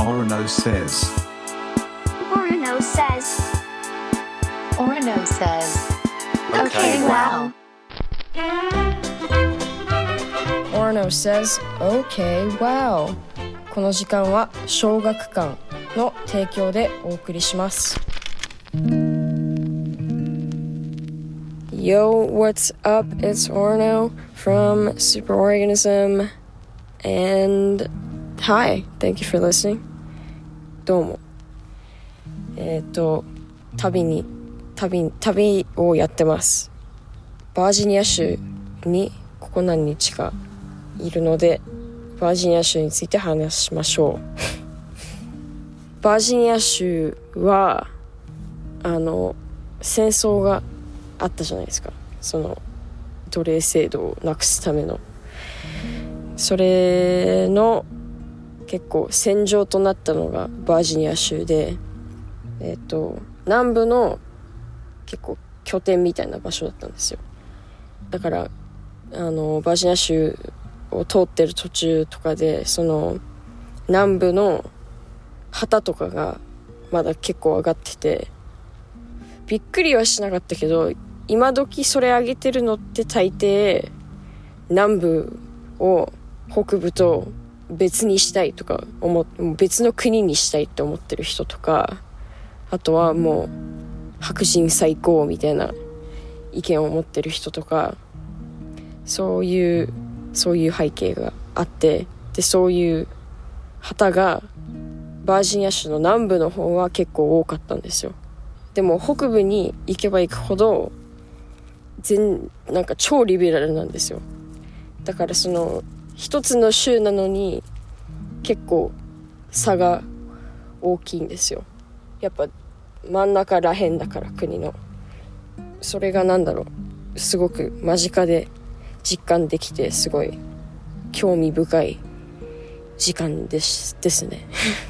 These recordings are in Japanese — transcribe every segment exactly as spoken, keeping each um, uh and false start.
Orono says. Orono says. Orono says. Okay, wow. Orono says, okay, wow. この時間は小学館の提供でお送りします。Yo, what's up? It's Orono from Superorganism. And hi, thank you for listening. どうも。えっと、旅に、旅、旅をやってます。バージニア州にここ何日かいるので、バージニア州について話しましょう。バージニア州は、あの、戦争があったじゃないですか。その奴隷制度をなくすための。それの結構戦場となったのがバージニア州で、えっと、南部の結構拠点みたいな場所だったんですよ。だから、あの、バージニア州を通ってる途中とかで、その南部の旗とかがまだ結構上がってて、びっくりはしなかったけど、今時それ上げてるのって大抵南部を北部と別にしたいとか思別の国にしたいって思ってる人とか、あとはもう白人最高みたいな意見を持ってる人とか、そういうそういう背景があって、でそういう旗がバージニア州の南部の方は結構多かったんですよ。でも北部に行けば行くほど全なんか超リベラルなんですよ。だからその一つの州なのに結構差が大きいんですよ。やっぱ真ん中らへんだから、国のそれがなんだろう、すごく間近で実感できて、すごい興味深い時間ですですね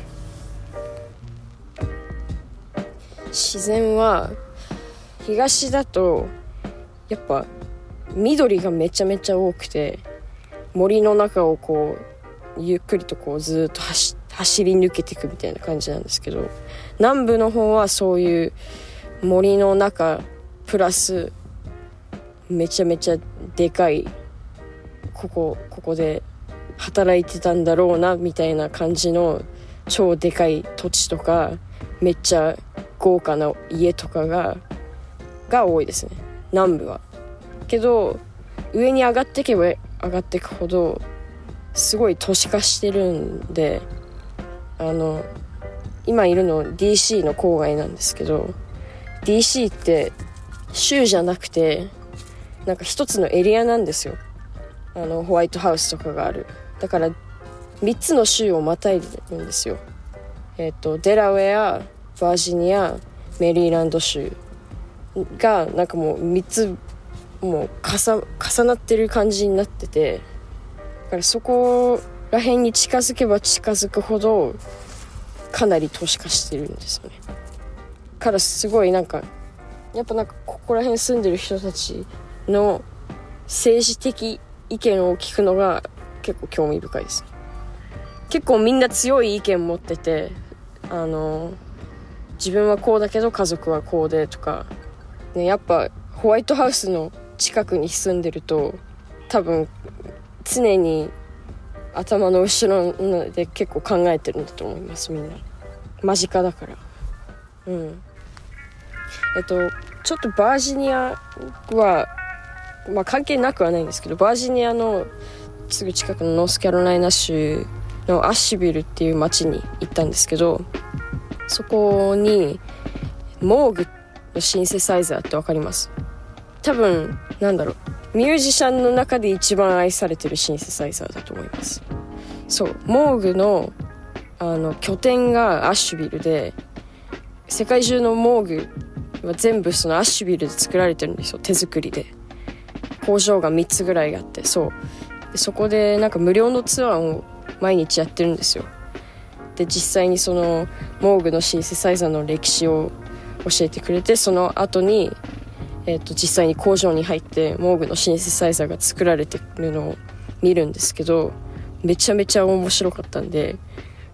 自然は東だとやっぱ緑がめちゃめちゃ多くて、森の中をこうゆっくりとこうずっと 走, 走り抜けていくみたいな感じなんですけど、南部の方はそういう森の中プラスめちゃめちゃでかい、ここここで働いてたんだろうなみたいな感じの超でかい土地とか、めっちゃ豪華な家とかがが多いですね、南部は。けど上に上がっていけば上がっていくほどすごい都市化してるんで、あの今いるの ディーシー の郊外なんですけど、 ディーシー って州じゃなくてなんか一つのエリアなんですよ。あのホワイトハウスとかがある。だからみっつの州をまたいでるんですよ。えっとデラウェア、バージニア、メリーランド州がなんかもうみっつもう重、重なってる感じになってて、だからそこら辺に近づけば近づくほどかなり都市化してるんですよね。からすごいなんかやっぱなんかここら辺住んでる人たちの政治的意見を聞くのが結構興味深いです。結構みんな強い意見持ってて、あの自分はこうだけど家族はこうでとか、ね、やっぱホワイトハウスの近くに住んでると多分常に頭の後ろで結構考えてるんだと思います。みんな間近だから。うんえっとちょっとバージニアはまあ関係なくはないんですけど、バージニアのすぐ近くのノースカロライナ州のアッシュビルっていう町に行ったんですけど、そこにモーグのシンセサイザーってわかります？多分なんだろう、ミュージシャンの中で一番愛されてるシンセサイザーだと思います。そう、モーグのあの拠点がアッシュビルで、世界中のモーグは全部そのアッシュビルで作られてるんですよ、手作りで。工場がみっつぐらいあって、そうでそこでなんか無料のツアーを毎日やってるんですよ。で実際にそのモーグのシンセサイザーの歴史を教えてくれて、その後に、えー、と実際に工場に入ってモーグのシンセサイザーが作られてるのを見るんですけど、めちゃめちゃ面白かったんで、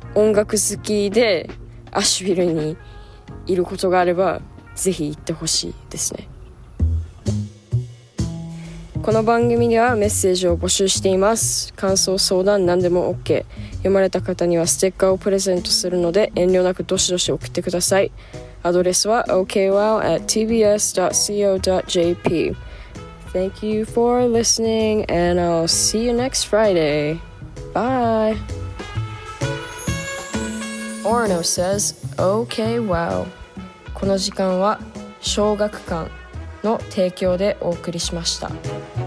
音楽好きでアッシュビルにいることがあればぜひ行ってほしいですね。この番組ではメッセージを募集しています。感想、相談、何でも OK。 読まれた方にはステッカーをプレゼントするので遠慮なくどしどし送ってください。アドレスは オーケーワウ アット ティービーエス ドット コー ドット ジェーピー。 Thank you for listening and I'll see you next Friday. Bye. Orno says, Okay, wow. この時間は小学館の提供でお送りしました。